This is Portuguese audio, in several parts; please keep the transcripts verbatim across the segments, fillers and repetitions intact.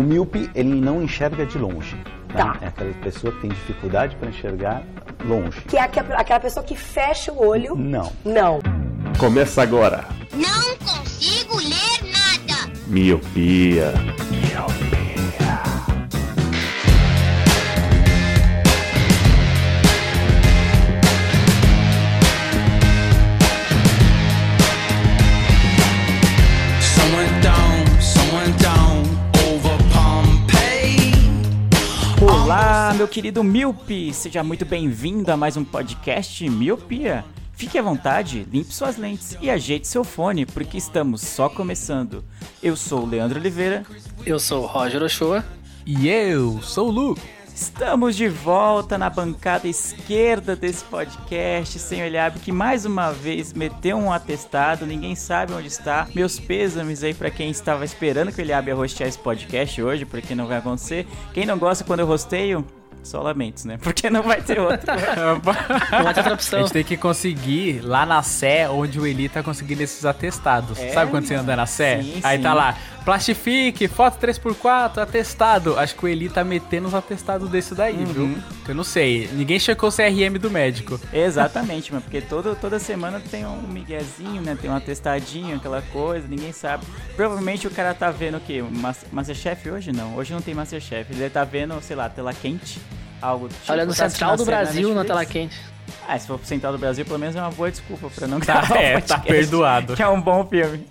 míope, ele não enxerga de longe. Tá. É aquela pessoa que tem dificuldade para enxergar longe. Que é aquela pessoa que fecha o olho? Não. Não. Começa agora. Não consigo ler nada. Miopia. Miopia. Olá, meu querido míope, seja muito bem-vindo a mais um podcast Miopia. Fique à vontade, limpe suas lentes e ajeite seu fone, porque estamos só começando. Eu sou o Leandro Oliveira. Eu sou o Roger Ochoa. E eu sou o Lu. Estamos de volta na bancada esquerda desse podcast, sem o Eliabe, que mais uma vez meteu um atestado, ninguém sabe onde está. Meus pêsames aí pra quem estava esperando que o Eliabe ia hostear esse podcast hoje, porque não vai acontecer. Quem não gosta quando eu rosteio, só lamentos, né? Porque não vai ter outro. Não vai ter outra opção. A gente tem que conseguir lá na Sé, onde o Eli tá conseguindo esses atestados. É, Sabe quando você anda na Sé? sim, Aí sim. tá lá, plastifique, foto três por quatro, atestado. Acho que o Eli tá metendo uns atestados desse daí, Uhum. viu? Eu não sei, ninguém checou o C R M do médico. Exatamente, mano, porque todo, toda semana tem um miguezinho, né? Tem um atestadinho, aquela coisa, ninguém sabe. Provavelmente o cara tá vendo o quê? Mas- Masterchef hoje não, hoje não tem Masterchef. Ele deve tá vendo, sei lá, tela quente, algo do tipo. Tá olhando o tá Central do assistindo a série Brasil na Netflix. tela quente. Ah, se for pro Central do Brasil, pelo menos é uma boa desculpa pra não Tá, gravar o é, tá podcast, perdoado. Que é um bom filme.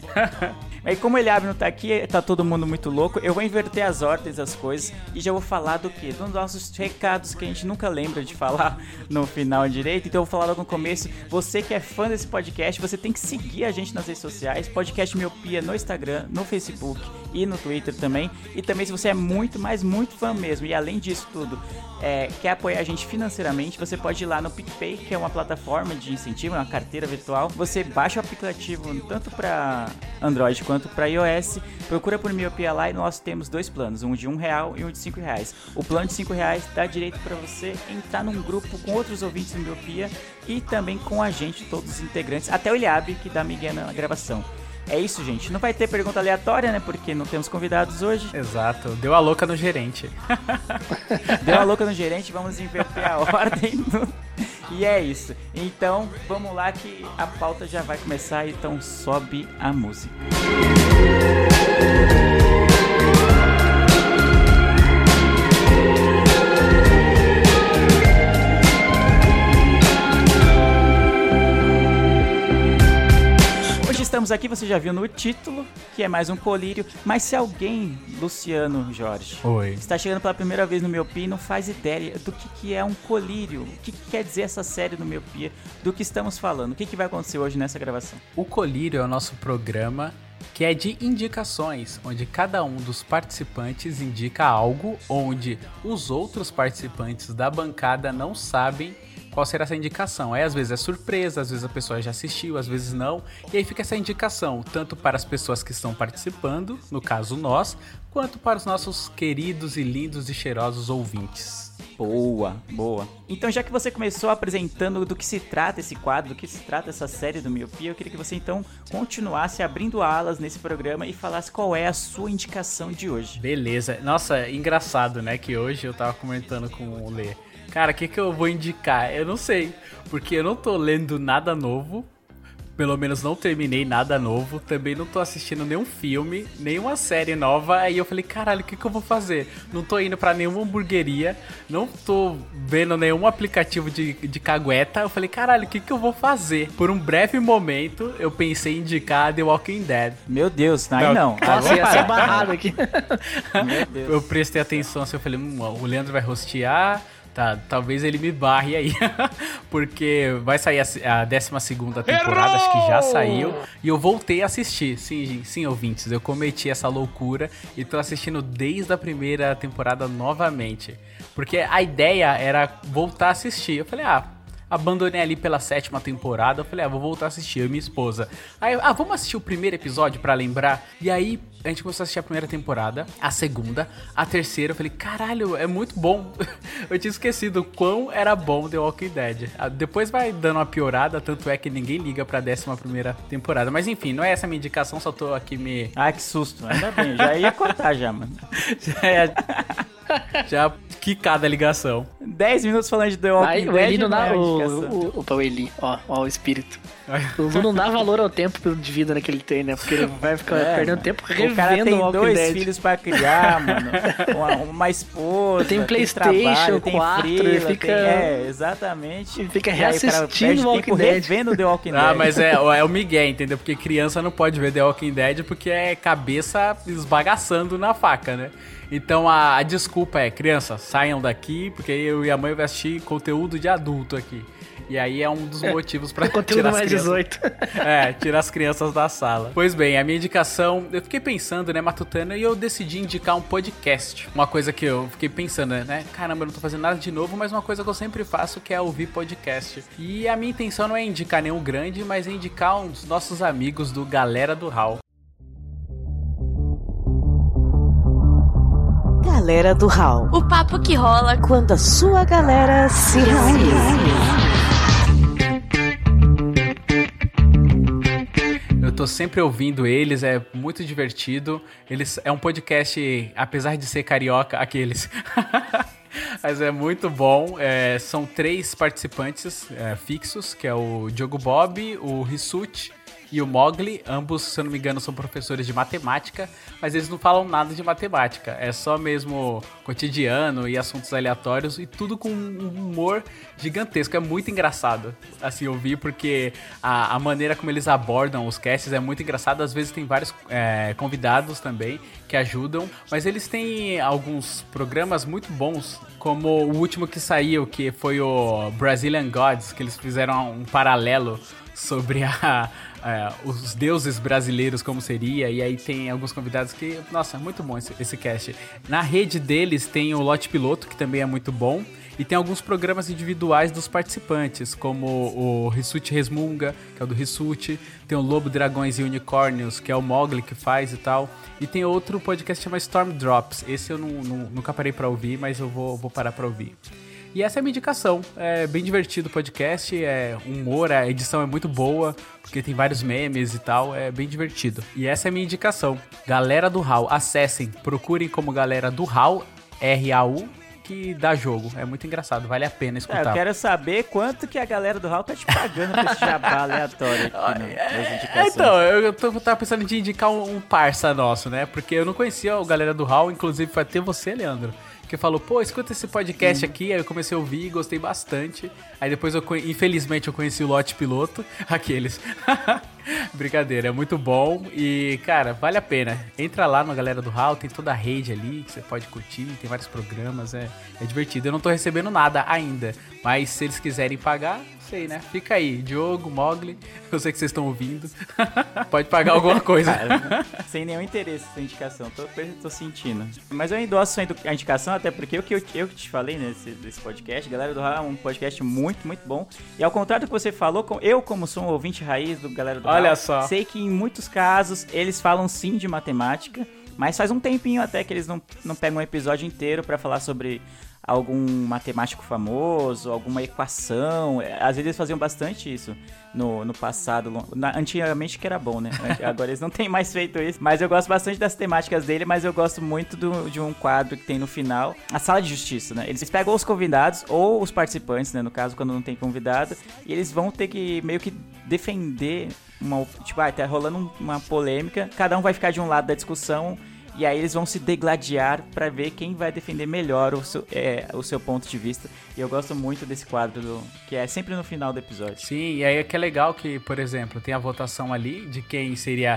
Aí como ele abre não tá aqui, tá todo mundo muito louco, eu vou inverter as ordens das coisas e já vou falar do quê? Dos nossos recados que a gente nunca lembra de falar no final direito, então eu vou falar logo no começo. Você que é fã desse podcast, você tem que seguir a gente nas redes sociais, Podcast Miopia no Instagram, no Facebook e no Twitter também. E também se você é muito, mas muito fã mesmo, e além disso tudo, é, quer apoiar a gente financeiramente, você pode ir lá no PicPay, que é uma plataforma de incentivo, uma carteira virtual. Você baixa o aplicativo tanto para Android quanto para iOS, procura por Miopia lá e nós temos dois planos, um de um real e um de cinco reais. O plano de cinco reais dá direito para você entrar num grupo com outros ouvintes do Miopia e também com a gente, todos os integrantes, até o Eliabe, que dá migué na gravação. É isso, gente. Não vai ter pergunta aleatória, né? Porque não temos convidados hoje. Exato, deu a louca no gerente. Deu a louca no gerente, vamos inverter a ordem. No... E é isso. Então, vamos lá que a pauta já vai começar, então sobe a música. Estamos aqui, você já viu no título, que é mais um colírio, mas se alguém, Luciano Jorge, Oi. está chegando pela primeira vez no Miopia e não faz ideia do que, que é um colírio, o que, que quer dizer essa série do Miopia, do que estamos falando, o que, que vai acontecer hoje nessa gravação? O Colírio é o nosso programa que é de indicações, onde cada um dos participantes indica algo onde os outros participantes da bancada não sabem qual será essa indicação. Aí às vezes é surpresa, às vezes a pessoa já assistiu, às vezes não. E aí fica essa indicação, tanto para as pessoas que estão participando, no caso nós, quanto para os nossos queridos e lindos e cheirosos ouvintes. Boa, boa. Então já que você começou apresentando do que se trata esse quadro, do que se trata essa série do Miopia, eu queria que você então continuasse abrindo alas nesse programa e falasse qual é a sua indicação de hoje. Beleza. Nossa, engraçado, né, que hoje eu tava comentando com o Lê. Cara, o que que eu vou indicar? Eu não sei, porque eu não tô lendo nada novo, pelo menos não terminei nada novo, também não tô assistindo nenhum filme, nenhuma série nova, aí eu falei, caralho, o que que eu vou fazer? Não tô indo pra nenhuma hamburgueria, não tô vendo nenhum aplicativo de, de cagueta, eu falei, caralho, o que que eu vou fazer? Por um breve momento, eu pensei em indicar The Walking Dead. Meu Deus, aí não. Não, Nossa, ia ser barrado aqui. Meu Deus. Eu prestei atenção assim, eu falei, hum, o Leandro vai rostear, tá, talvez ele me barre aí, porque vai sair a, a décima segunda temporada, acho que já saiu, e eu voltei a assistir, sim, sim, ouvintes, eu cometi essa loucura e tô assistindo desde a primeira temporada novamente, porque a ideia era voltar a assistir, eu falei, ah, abandonei ali pela sétima temporada. Eu falei, ah, vou voltar a assistir, eu e minha esposa. Aí, ah, vamos assistir o primeiro episódio pra lembrar? E aí, a gente começou a assistir a primeira temporada, a segunda, a terceira. Eu falei, caralho, é muito bom. Eu tinha esquecido o quão era bom The Walking Dead. Depois vai dando uma piorada, tanto é que ninguém liga pra décima primeira temporada. Mas enfim, não é essa a minha indicação, só tô aqui me... Ah, que susto. Ainda bem, já ia cortar já, mano. Já é... Já quicada a ligação. dez minutos falando de The Walking Aí, Dead. o Eli não não dá. é O, indicação. o, opa, o Eli, ó, ó, o espírito. O Lu não dá valor ao tempo de vida né, que ele tem, né? Porque ele vai ficar É, perdendo mano. tempo O revendo cara tem Walking dois Dead. filhos pra criar, mano. Uma, uma esposa. Tem PlayStation trabalho, tem quatro, frila, ele fica- tem- É, exatamente. Ele fica E aí o cara reassistindo perde Walking tempo Dead. revendo The Walking Dead. Ah, mas é, é o Miguel, entendeu? Porque criança não pode ver The Walking Dead porque é cabeça esbagaçando na faca, né? Então a, a desculpa é, criança, saiam daqui, porque eu e a mãe vai assistir conteúdo de adulto aqui. E aí é um dos motivos pra Conteúdo tirar as mais crianças. dezoito. É, tirar as crianças da sala. Pois bem, a minha indicação, eu fiquei pensando, né, matutana, e eu decidi indicar um podcast. Uma coisa que eu fiquei pensando, né, caramba, eu não tô fazendo nada de novo, mas uma coisa que eu sempre faço que é ouvir podcast. E a minha intenção não é indicar nenhum grande, mas é indicar um dos nossos amigos do Galera do Hall. Galera do Hall. O papo que rola Quando a sua galera se reúne. Eu tô sempre ouvindo eles, é muito divertido. Eles é um podcast, apesar de ser carioca, aqueles. Mas é muito bom. É, são três participantes é, fixos, que é o Diogo Bob, o Rissuti e o Mogli. Ambos, se eu não me engano, são professores de matemática, mas eles não falam nada de matemática. É só mesmo cotidiano e assuntos aleatórios e tudo com um humor gigantesco. É muito engraçado, assim, ouvir, porque a, a maneira como eles abordam os casts é muito engraçado. Às vezes tem vários é, convidados também que ajudam, mas eles têm alguns programas muito bons, como o último que saiu, que foi o Brazilian Gods, que eles fizeram um paralelo sobre a, a, os deuses brasileiros, como seria, e aí tem alguns convidados que, nossa, é muito bom esse, esse cast. Na rede deles tem o Lote Piloto, que também é muito bom, e tem alguns programas individuais dos participantes, como o Rissuti Resmunga, que é o do Rissuti, tem o Lobo, Dragões e Unicórnios, que é o Mogli que faz e tal, e tem outro podcast que chama Storm Drops. Esse eu não, não, nunca parei pra ouvir, mas eu vou, vou parar pra ouvir. E essa é a minha indicação. É bem divertido o podcast, é humor, a edição é muito boa, porque tem vários memes e tal, é bem divertido. E essa é a minha indicação. Galera do Hall, acessem, procurem como Galera do Hall, R A U, que dá jogo. É muito engraçado, vale a pena É, escutar. eu quero saber quanto que a galera do Hall tá te pagando pra esse jabá aleatório aqui né, nas indicações. Então, eu, eu, tô, eu tava pensando de indicar um, um parça nosso, né? Porque eu não conhecia o Galera do Hall, inclusive foi até você, Leandro, que falou, pô, escuta esse podcast Uhum. aqui. Aí eu comecei a ouvir e gostei bastante. Aí depois, eu infelizmente, eu conheci o Lote Piloto. Aqueles. Brincadeira, é muito bom. E, cara, vale a pena. Entra lá no Galera do Hall, tem toda a rede ali que você pode curtir. Tem vários programas, é, é divertido. Eu não tô recebendo nada ainda, mas se eles quiserem pagar, sei, né? Fica aí, Diogo, Mogli, eu sei que vocês estão ouvindo. Pode pagar alguma coisa. Cara, sem nenhum interesse essa indicação, tô, tô sentindo. Mas eu endosso a indicação, até porque o que eu, eu que te falei nesse desse podcast, Galera do Hall é um podcast muito, muito bom. E ao contrário do que você falou, eu como sou um ouvinte raiz do Galera do Hall, Olha só. sei que em muitos casos eles falam sim de matemática, mas faz um tempinho até que eles não, não pegam um episódio inteiro pra falar sobre algum matemático famoso, alguma equação. Às vezes eles faziam bastante isso no, no passado, na, antigamente, que era bom, né? Agora eles não têm mais feito isso, mas eu gosto bastante das temáticas dele, mas eu gosto muito do, de um quadro que tem no final, a Sala de Justiça, né? Eles pegam os convidados, ou os participantes, né? No caso, quando não tem convidado, e eles vão ter que meio que defender uma, tipo, ah, tá rolando uma polêmica, cada um vai ficar de um lado da discussão, e aí eles vão se degladiar pra ver quem vai defender melhor o seu, é, o seu ponto de vista. E eu gosto muito desse quadro, do, que é sempre no final do episódio. Sim, e aí é que é legal que, por exemplo, tem a votação ali de quem seria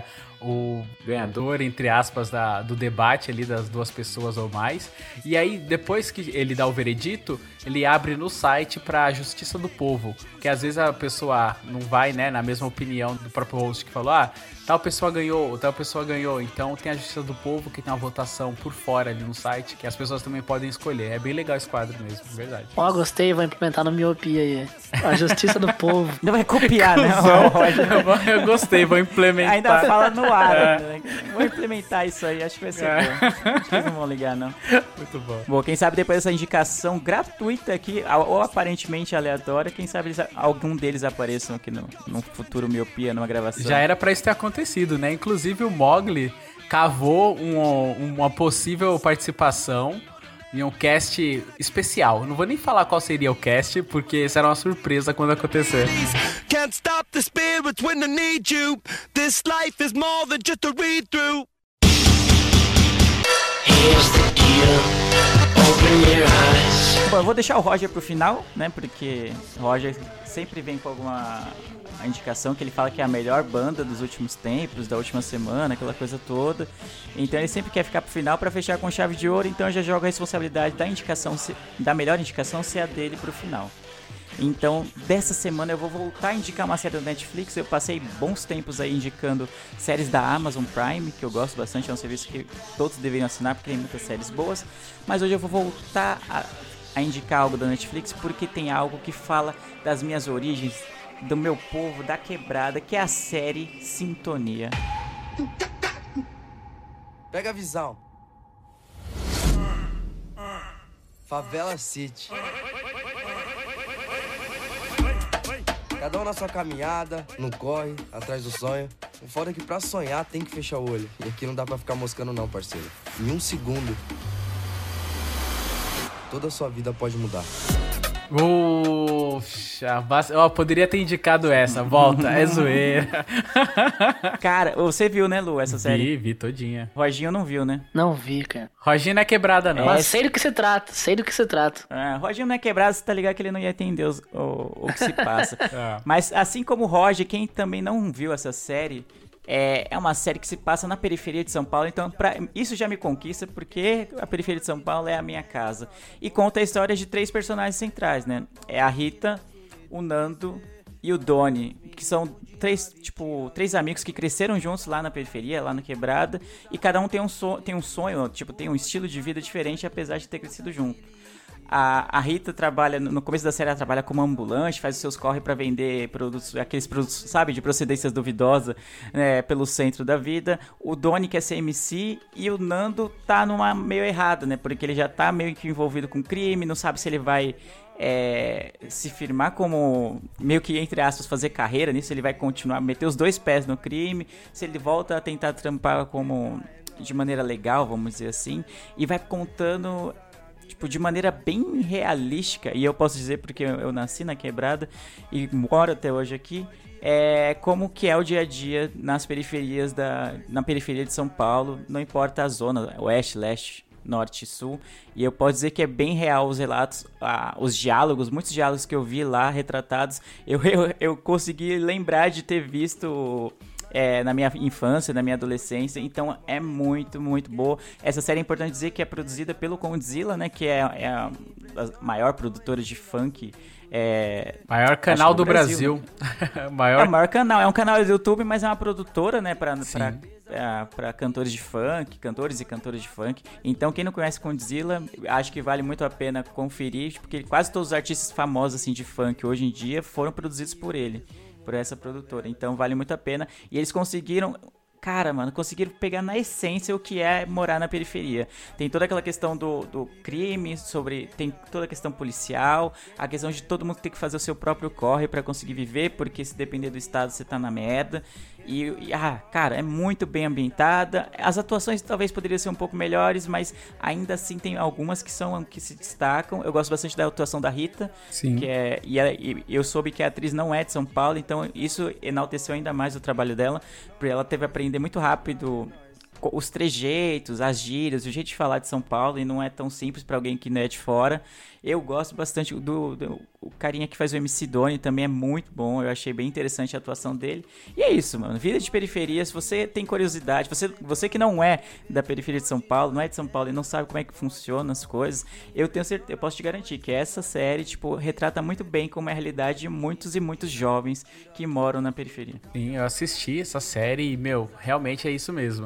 o ganhador, entre aspas, da, do debate ali das duas pessoas ou mais. E aí, depois que ele dá o veredito, ele abre no site pra Justiça do Povo. Que às vezes a pessoa não vai, né, na mesma opinião do próprio host que falou, ah, tal pessoa ganhou, tal pessoa ganhou. Então tem a Justiça do Povo, que tem uma votação por fora ali no site, que as pessoas também podem escolher. É bem legal esse quadro mesmo, de verdade. Ó, oh, gostei, vou implementar no Miopia aí. A Justiça do Povo. Não vai copiar, né? Eu, eu gostei, vou implementar. Ainda fala no ar. É. Né? Vou implementar isso aí, acho que vai ser é. bom. Acho que eles não vão ligar, não. Muito bom. Bom, quem sabe depois dessa indicação gratuita aqui, ou aparentemente aleatória, quem sabe eles, algum deles apareçam aqui no, no futuro Miopia, numa gravação. Já era pra isso ter acontecido, né? Inclusive o Mogli cavou um, uma possível participação em um cast especial. Não vou nem falar qual seria o cast, porque será uma surpresa quando acontecer. Can't stop the spirits when I need you. This life is more than just a read through. Here's the deal. Open your eyes. Bom, eu vou deixar o Roger pro final, né? Porque o Roger sempre vem com alguma indicação que ele fala que é a melhor banda dos últimos tempos, da última semana, aquela coisa toda. Então ele sempre quer ficar pro final pra fechar com chave de ouro, então eu já jogo a responsabilidade da indicação, da melhor indicação ser a dele pro final. Então, dessa semana eu vou voltar a indicar uma série da Netflix. Eu passei bons tempos aí indicando séries da Amazon Prime, que eu gosto bastante, é um serviço que todos deveriam assinar porque tem muitas séries boas. Mas hoje eu vou voltar a, a indicar algo da Netflix porque tem algo que fala das minhas origens, do meu povo, da quebrada, que é a série Sintonia. Pega a visão. Favela City. Cada um na sua caminhada, no corre, atrás do sonho. O foda é que pra sonhar tem que fechar o olho. E aqui não dá pra ficar moscando não, parceiro. Em um segundo, toda a sua vida pode mudar. Puxa, eu poderia ter indicado essa. Volta, é zoeira. Cara, você viu, né, Lu, essa série? Vi, vi todinha. Roginho não viu, né? Não vi, cara. Roginho não é quebrada, não. Mas é, sei do que se trata, sei do que se trata. É, Roginho não é quebrado, você tá ligado que ele não ia entender os, o, o que se passa. É. Mas assim como o Roger, quem também não viu essa série... É, é uma série que se passa na periferia de São Paulo, então pra, isso já me conquista, porque a periferia de São Paulo é a minha casa. E conta a história de três personagens centrais, né? É a Rita, o Nando e o Doni, que são três, tipo, três amigos que cresceram juntos lá na periferia, lá na quebrada, e cada um tem um, so, tem um sonho, tipo, tem um estilo de vida diferente, apesar de ter crescido junto. A, a Rita trabalha, no começo da série ela trabalha como ambulante, faz os seus corre pra vender produtos, aqueles produtos, sabe, de procedências duvidosas, né, pelo centro da vida. O Doni quer ser M C e o Nando tá numa meio errada, né, porque ele já tá meio que envolvido com crime, não sabe se ele vai é, se firmar como, meio que entre aspas, fazer carreira nisso, ele vai continuar, meter os dois pés no crime, se ele volta a tentar trampar como, de maneira legal, vamos dizer assim, e vai contando... Tipo, de maneira bem realística, e eu posso dizer porque eu, eu nasci na quebrada e moro até hoje aqui, é como que é o dia a dia nas periferias da, na periferia de São Paulo, não importa a zona, oeste, leste, norte e sul, e eu posso dizer que é bem real os relatos, ah, os diálogos, muitos diálogos que eu vi lá retratados, eu, eu, eu consegui lembrar de ter visto... É, na minha infância, na minha adolescência, então é muito, muito boa. Essa série é importante dizer que é produzida pelo Condzilla, né, que é, é a, a maior produtora de funk. É, maior canal do Brasil. Brasil. maior... É o maior canal, é um canal do YouTube, mas é uma produtora, né, pra, pra, é, pra cantores de funk, cantores e cantoras de funk. Então quem não conhece Condzilla, acho que vale muito a pena conferir, porque quase todos os artistas famosos assim, de funk hoje em dia foram produzidos por ele. Por essa produtora, então vale muito a pena. E eles conseguiram, cara, mano, conseguiram pegar na essência o que é morar na periferia. Tem toda aquela questão do, do crime, sobre, tem toda a questão policial, a questão de todo mundo ter que fazer o seu próprio corre pra conseguir viver, porque se depender do estado você tá na merda. E, e, ah, cara, é muito bem ambientada. As atuações talvez poderiam ser um pouco melhores, mas ainda assim tem algumas que são que se destacam. Eu gosto bastante da atuação da Rita. Sim. Que é, e, ela, e eu soube que a atriz não é de São Paulo, então isso enalteceu ainda mais o trabalho dela, porque ela teve que aprender muito rápido os trejeitos, as gírias, o jeito de falar de São Paulo, e não é tão simples para alguém que não é de fora. Eu gosto bastante do, do o carinha que faz o M C Doni também é muito bom, eu achei bem interessante a atuação dele. E é isso, mano, Vida de Periferia, se você tem curiosidade, você, você que não é da periferia de São Paulo, não é de São Paulo e não sabe como é que funcionam as coisas, eu tenho certeza, eu posso te garantir que essa série, tipo, retrata muito bem como é a realidade de muitos e muitos jovens que moram na periferia. Sim, eu assisti essa série e, meu, realmente é isso mesmo.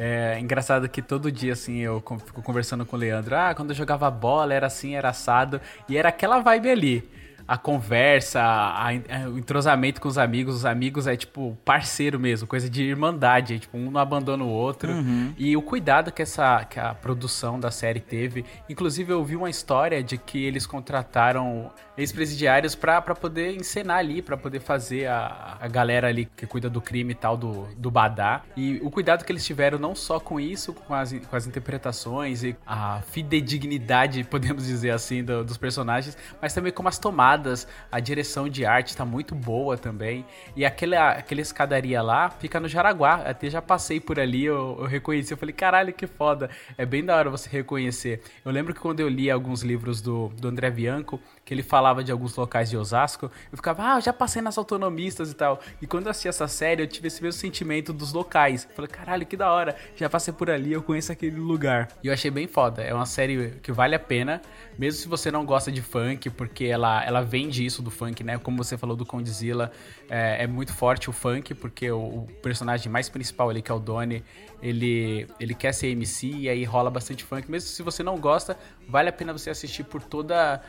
É engraçado que todo dia, assim, eu fico conversando com o Leandro. Ah, quando eu jogava bola era assim, era assado. E era aquela vibe ali. A conversa, a, a, o entrosamento com os amigos. Os amigos é, tipo, parceiro mesmo. Coisa de irmandade. Tipo, um não abandona o outro. Uhum. E o cuidado que, essa, que a produção da série teve. Inclusive, eu vi uma história de que eles contrataram ex-presidiários pra, pra poder encenar ali. Pra poder fazer a, a galera ali que cuida do crime e tal, do, do Badá. E o cuidado que eles tiveram não só com isso, com as, com as interpretações e a fidedignidade, podemos dizer assim, do, dos personagens. Mas também com as tomadas. A direção de arte tá muito boa também. E aquela, aquela escadaria lá fica no Jaraguá. Até já passei por ali, eu, eu reconheci. Eu falei, caralho, que foda. É bem da hora você reconhecer. Eu lembro que quando eu li alguns livros do, do André Bianco, que ele falava de alguns locais de Osasco, eu ficava, ah, eu já passei nas autonomistas e tal. E quando eu assisti essa série, eu tive esse mesmo sentimento dos locais. Eu falei, caralho, que da hora. Já passei por ali, eu conheço aquele lugar. E eu achei bem foda. É uma série que vale a pena, mesmo se você não gosta de funk, porque ela, ela vende isso do funk, né? Como você falou do Condzilla, é, é muito forte o funk, porque o, o personagem mais principal ali, que é o Doni, ele, ele quer ser M C e aí rola bastante funk. Mesmo se você não gosta, vale a pena você assistir por toda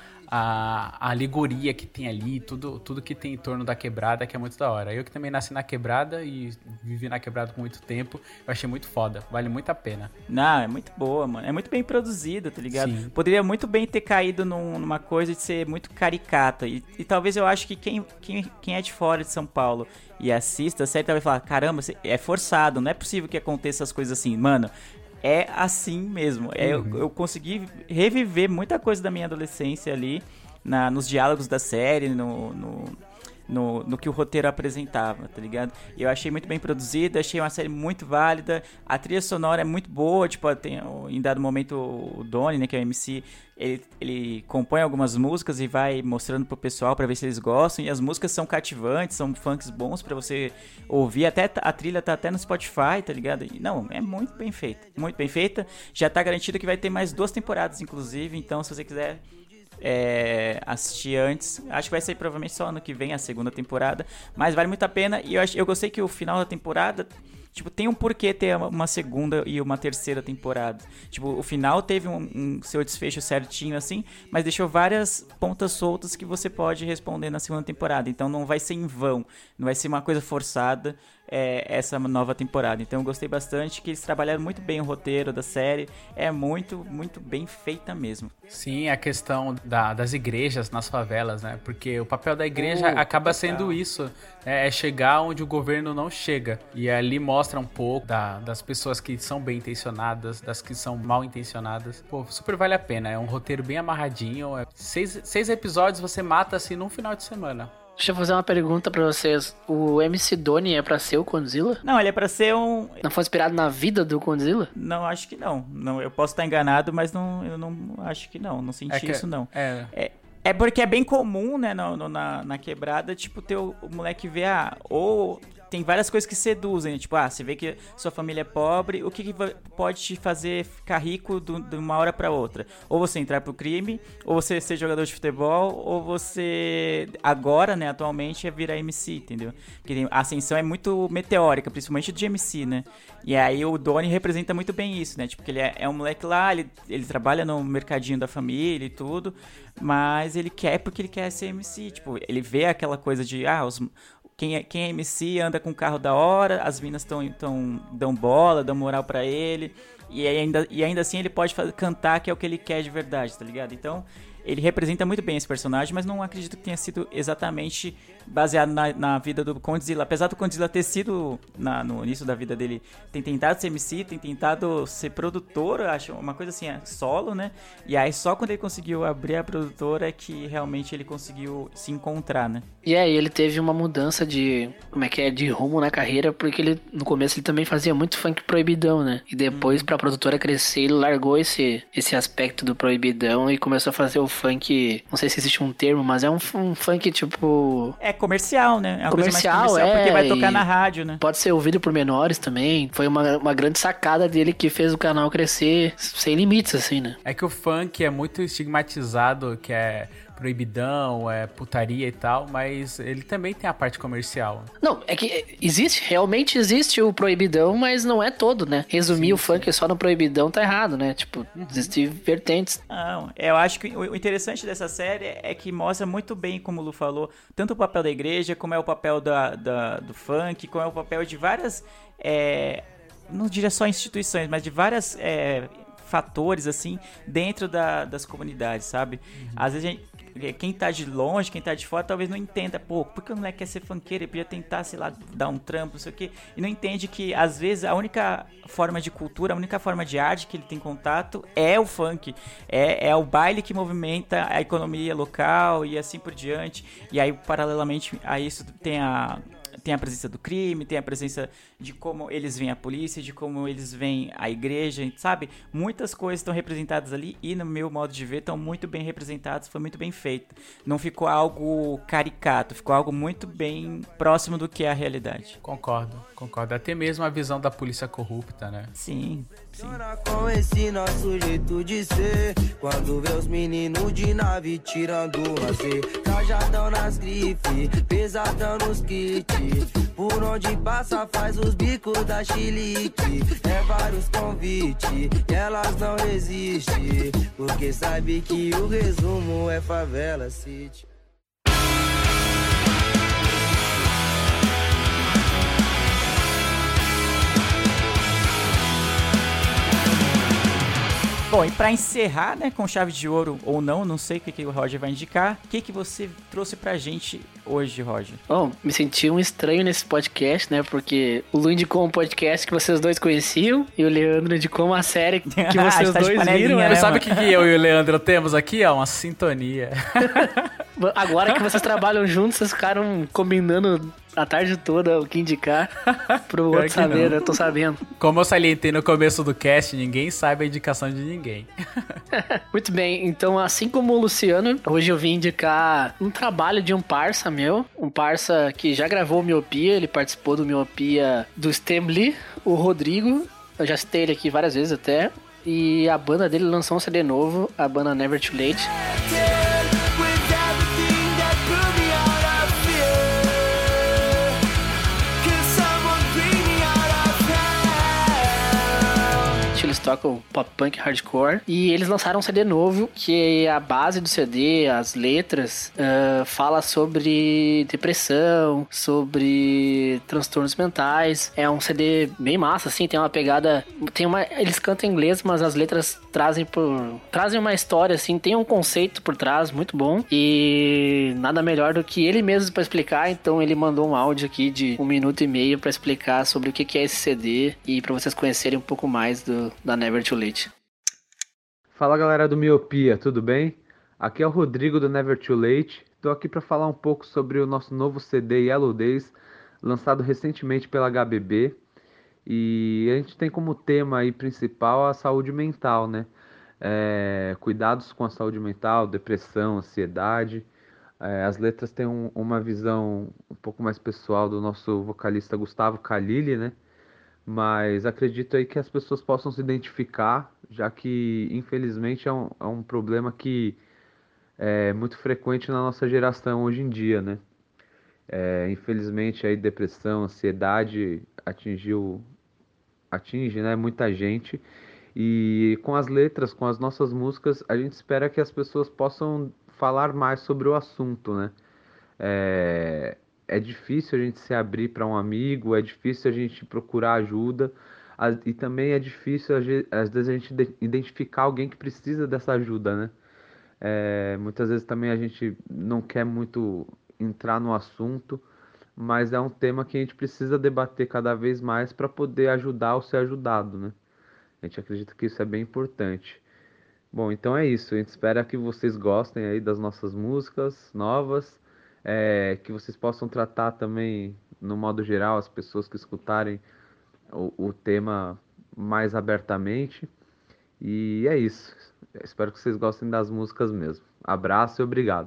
a, a alegoria que tem ali, tudo, tudo que tem em torno da quebrada, que é muito da hora. Eu que também nasci na quebrada e vivi na quebrada por muito tempo, eu achei muito foda, vale muito a pena. Não, é muito boa, mano. É muito bem produzida, tá ligado? Sim. Poderia muito bem ter caído num, numa coisa de ser muito caricata. E, e talvez eu acho que quem, quem, quem é de fora de São Paulo e assista a série talvez falar, caramba, é forçado, não é possível que aconteça as coisas assim. Mano, é assim mesmo. É, uhum. eu, eu consegui reviver muita coisa da minha adolescência ali, na, nos diálogos da série, no... no No, no que o roteiro apresentava, tá ligado? E eu achei muito bem produzida, achei uma série muito válida, a trilha sonora é muito boa, tipo, tem, em dado momento o Doni, né, que é o M C, ele, ele compõe algumas músicas e vai mostrando pro pessoal pra ver se eles gostam, e as músicas são cativantes, são funks bons pra você ouvir, até a trilha tá até no Spotify, tá ligado? E, não, é muito bem feita, muito bem feita, já tá garantido que vai ter mais duas temporadas, inclusive, então se você quiser... É, assistir antes, acho que vai ser provavelmente só ano que vem a segunda temporada, mas vale muito a pena. E eu, ach, eu gostei que o final da temporada, tipo, tem um porquê ter uma segunda e uma terceira temporada. Tipo, o final teve um, um seu desfecho certinho assim, mas deixou várias pontas soltas que você pode responder na segunda temporada. Então não vai ser em vão, não vai ser uma coisa forçada. É, essa nova temporada, então eu gostei bastante, que eles trabalharam muito bem o roteiro da série, é muito, muito bem feita mesmo. Sim, a questão da, das igrejas nas favelas, né, porque o papel da igreja uh, acaba sendo isso, é, é chegar onde o governo não chega, e ali mostra um pouco da, das pessoas que são bem intencionadas, das que são mal intencionadas. Pô, super vale a pena, é um roteiro bem amarradinho, é seis, seis episódios você mata assim num final de semana. Deixa eu fazer uma pergunta pra vocês. O M C Doni é pra ser o Condzilla? Não, ele é pra ser um... Não foi inspirado na vida do Condzilla? Não, acho que não. não eu posso estar enganado, mas não, eu não acho que não. Não senti é que, isso, não. É... é... É porque é bem comum, né, no, no, na, na quebrada, tipo, ter o, o moleque ver, ah, ou tem várias coisas que seduzem, tipo, ah, você vê que sua família é pobre, o que, que pode te fazer ficar rico do, de uma hora pra outra? Ou você entrar pro crime, ou você ser jogador de futebol, ou você, agora, né, atualmente, é virar M C, entendeu? Porque a ascensão é muito meteórica, principalmente de M C, né? E aí o Doni representa muito bem isso, né? Tipo, que ele é, é um moleque lá, ele, ele trabalha no mercadinho da família e tudo, mas ele quer porque ele quer ser M C, tipo, ele vê aquela coisa de, ah, os, quem, é, quem é M C anda com carro da hora, as minas tão, tão, dão bola, dão moral pra ele, e ainda, e ainda assim ele pode fazer, cantar, que é o que ele quer de verdade, tá ligado? Então, ele representa muito bem esse personagem, mas não acredito que tenha sido exatamente baseado na, na vida do Condzilla. Apesar do Condzilla ter sido, na, no início da vida dele, tem tentado ser M C, tem tentado ser produtor, acho, uma coisa assim, é, solo, né? E aí só quando ele conseguiu abrir a produtora é que realmente ele conseguiu se encontrar, né? E aí ele teve uma mudança de, como é que é, de rumo na carreira, porque ele, no começo ele também fazia muito funk proibidão, né? E depois, hum. pra produtora crescer, ele largou esse, esse aspecto do proibidão e começou a fazer o funk, não sei se existe um termo, mas é um, um funk tipo... É comercial, né? É uma comercial, coisa mais comercial, é, porque vai tocar na rádio, né? Pode ser ouvido por menores também. Foi uma, uma grande sacada dele que fez o canal crescer sem limites, assim, né? É que o funk é muito estigmatizado, que é proibidão, é putaria e tal, mas ele também tem a parte comercial. Não, é que existe, realmente existe o proibidão, mas não é todo, né? Resumir sim, o funk sim. só no proibidão tá errado, né? Tipo, uhum. existem vertentes. Não, eu acho que o interessante dessa série é que mostra muito bem, como o Lu falou, tanto o papel da igreja, como é o papel da, da, do funk, como é o papel de várias, é, não diria só instituições, mas de várias... É, fatores, assim, dentro da, das comunidades, sabe? Uhum. Às vezes, a gente, quem tá de longe, quem tá de fora, talvez não entenda, pô, por que o moleque quer ser funkeiro? Ele podia tentar, sei lá, dar um trampo, não sei o quê. E não entende que, às vezes, a única forma de cultura, a única forma de arte que ele tem contato é o funk. É, é o baile que movimenta a economia local e assim por diante. E aí, paralelamente a isso, tem a... Tem a presença do crime, tem a presença de como eles veem a polícia, de como eles veem a igreja, sabe? Muitas coisas estão representadas ali e, no meu modo de ver, estão muito bem representadas, foi muito bem feito. Não ficou algo caricato, ficou algo muito bem próximo do que é a realidade. Concordo, concordo. Até mesmo a visão da polícia corrupta, né? Sim, sim. Com esse nosso jeito de ser, quando vê os meninos de nave tirando lazer, cajadão nas grifes, pesadão nos kits. Por onde passa faz os bicos da chilique. É vários convites e elas não resistem, porque sabe que o resumo é Favela City. Bom, e pra encerrar, né, com chave de ouro ou não, não sei o que, que o Roger vai indicar, o que, que você trouxe pra gente hoje, Roger? Bom, me senti um estranho nesse podcast, né, porque o Lu indicou um podcast que vocês dois conheciam e o Leandro indicou uma série que vocês tá dois viram, né? Mas sabe o que, que eu e o Leandro temos aqui? Ó, uma sintonia. Agora que vocês trabalham juntos, vocês ficaram combinando a tarde toda o que indicar pro outro saber, eu tô sabendo. Como eu salientei no começo do cast, ninguém sabe a indicação de ninguém. Muito bem, então assim como o Luciano, hoje eu vim indicar um trabalho de um parça meu, um parça que já gravou o Miopia, ele participou do Miopia do Stemli, o Rodrigo, eu já citei ele aqui várias vezes até, e a banda dele lançou um C D novo, a banda Never Too Late. Eles tocam pop punk hardcore e eles lançaram um C D novo que a base do C D, as letras, uh, fala sobre depressão, sobre transtornos mentais. É um C D bem massa, assim, tem uma pegada, tem uma, eles cantam em inglês, mas as letras trazem por, trazem uma história, assim, tem um conceito por trás muito bom e nada melhor do que ele mesmo para explicar. Então ele mandou um áudio aqui de um minuto e meio para explicar sobre o que é esse C D e para vocês conhecerem um pouco mais do da Never Too Late. Fala galera do Miopia, tudo bem? Aqui é o Rodrigo do Never Too Late. Estou aqui para falar um pouco sobre o nosso novo C D Yellow Days, lançado recentemente pela H B B. E a gente tem como tema aí principal a saúde mental, né? É, cuidados com a saúde mental, depressão, ansiedade. É, as letras têm um, uma visão um pouco mais pessoal do nosso vocalista Gustavo Khalili, né? Mas acredito aí que as pessoas possam se identificar, já que infelizmente é um, é um problema que é muito frequente na nossa geração hoje em dia, né? É, infelizmente aí depressão, ansiedade atingiu, atinge, né, muita gente. E com as letras, com as nossas músicas, a gente espera que as pessoas possam falar mais sobre o assunto, né? É... É difícil a gente se abrir para um amigo, é difícil a gente procurar ajuda e também é difícil, às vezes, a gente identificar alguém que precisa dessa ajuda, né? É, muitas vezes também a gente não quer muito entrar no assunto, mas é um tema que a gente precisa debater cada vez mais para poder ajudar ou ser ajudado, né? A gente acredita que isso é bem importante. Bom, então é isso. A gente espera que vocês gostem aí das nossas músicas novas. É, que vocês possam tratar também, no modo geral, as pessoas que escutarem o, o tema mais abertamente E é isso. Eu espero que vocês gostem das músicas mesmo. Abraço e obrigado.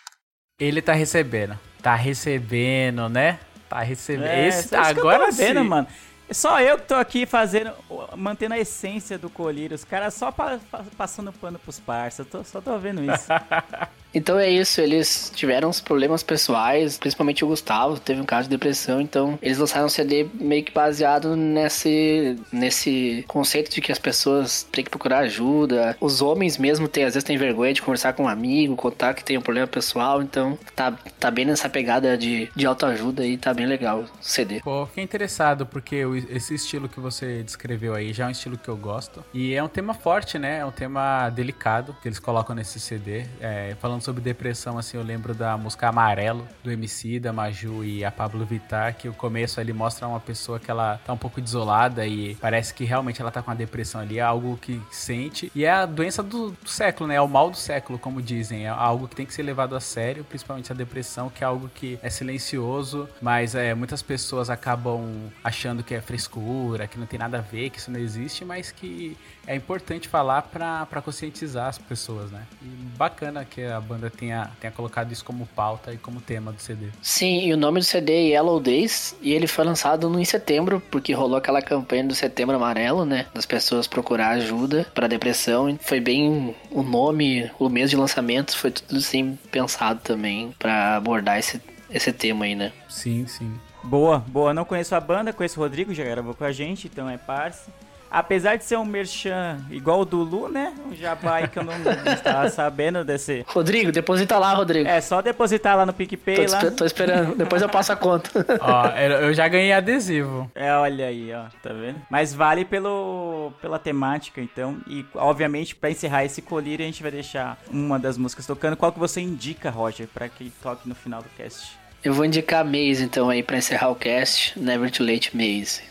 Ele tá recebendo. Tá recebendo, né? Tá recebendo. É, Esse, é isso que eu tô agora vendo, sim. mano. Só eu que tô aqui fazendo, mantendo a essência do colírio. Os caras só pa, pa, passando pano pros parça. Tô, só tô vendo isso. Então é isso, eles tiveram uns problemas pessoais, principalmente o Gustavo, teve um caso de depressão, então eles lançaram um C D meio que baseado nesse, nesse conceito de que as pessoas têm que procurar ajuda. Os homens mesmo têm, às vezes têm vergonha de conversar com um amigo, contar que tem um problema pessoal, então tá, tá bem nessa pegada de, de autoajuda e tá bem legal o C D. Pô, fiquei interessado, porque esse estilo que você descreveu aí já é um estilo que eu gosto. E é um tema forte, né? É um tema delicado que eles colocam nesse C D. É, falando sobre depressão, assim, eu lembro da música Amarelo, do Emicida, da Maju e a Pablo Vittar, que o começo ali mostra uma pessoa que ela tá um pouco desolada e parece que realmente ela tá com uma depressão ali, é algo que sente. E é a doença do, do século, né? É o mal do século, como dizem. É algo que tem que ser levado a sério, principalmente a depressão, que é algo que é silencioso, mas é, muitas pessoas acabam achando que é frescura, que não tem nada a ver, que isso não existe, mas que é importante falar pra, pra conscientizar as pessoas, né? E bacana que a banda tenha, tenha colocado isso como pauta e como tema do C D. Sim, e o nome do C D é Yellow Days, e ele foi lançado no, em setembro, porque rolou aquela campanha do Setembro Amarelo, né? Das pessoas procurar ajuda pra depressão. Foi bem o nome, o mês de lançamento, foi tudo assim pensado também pra abordar esse, esse tema aí, né? Sim, sim. Boa, boa. Não conheço a banda, conheço o Rodrigo, já gravou com a gente, então é parça. Apesar de ser um merchan igual o do Lu, né? Um jabá aí que eu não estava sabendo desse... Rodrigo, deposita lá, Rodrigo. É, só depositar lá no PicPay. Tô, lá. esper- tô esperando, depois eu passo a conta. Ó, eu já ganhei adesivo. É, olha aí, ó, tá vendo? Mas vale pelo, pela temática, então. E, obviamente, pra encerrar esse colírio, a gente vai deixar uma das músicas tocando. Qual que você indica, Roger, pra que toque no final do cast? Eu vou indicar Maze, então, aí, pra encerrar o cast. Never Too Late, Maze.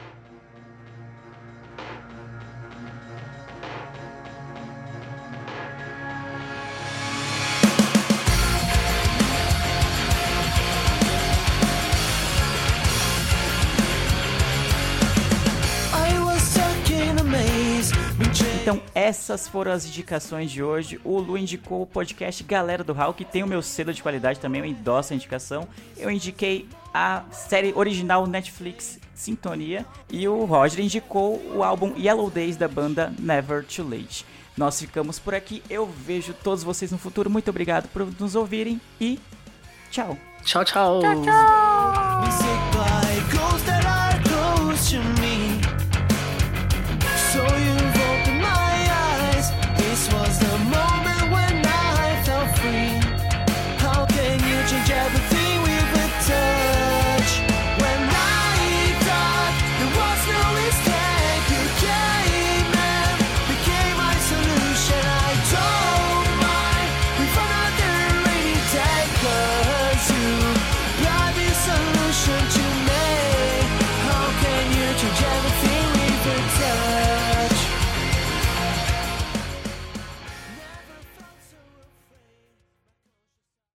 Então essas foram as indicações de hoje. O Lu indicou o podcast Galera do Hall, que tem o meu selo de qualidade também, eu endosso a indicação. Eu indiquei a série original Netflix Sintonia. E o Roger indicou o álbum Yellow Days da banda Never Too Late. Nós ficamos por aqui, eu vejo todos vocês no futuro. Muito obrigado por nos ouvirem e tchau. Tchau, tchau. Tchau, tchau.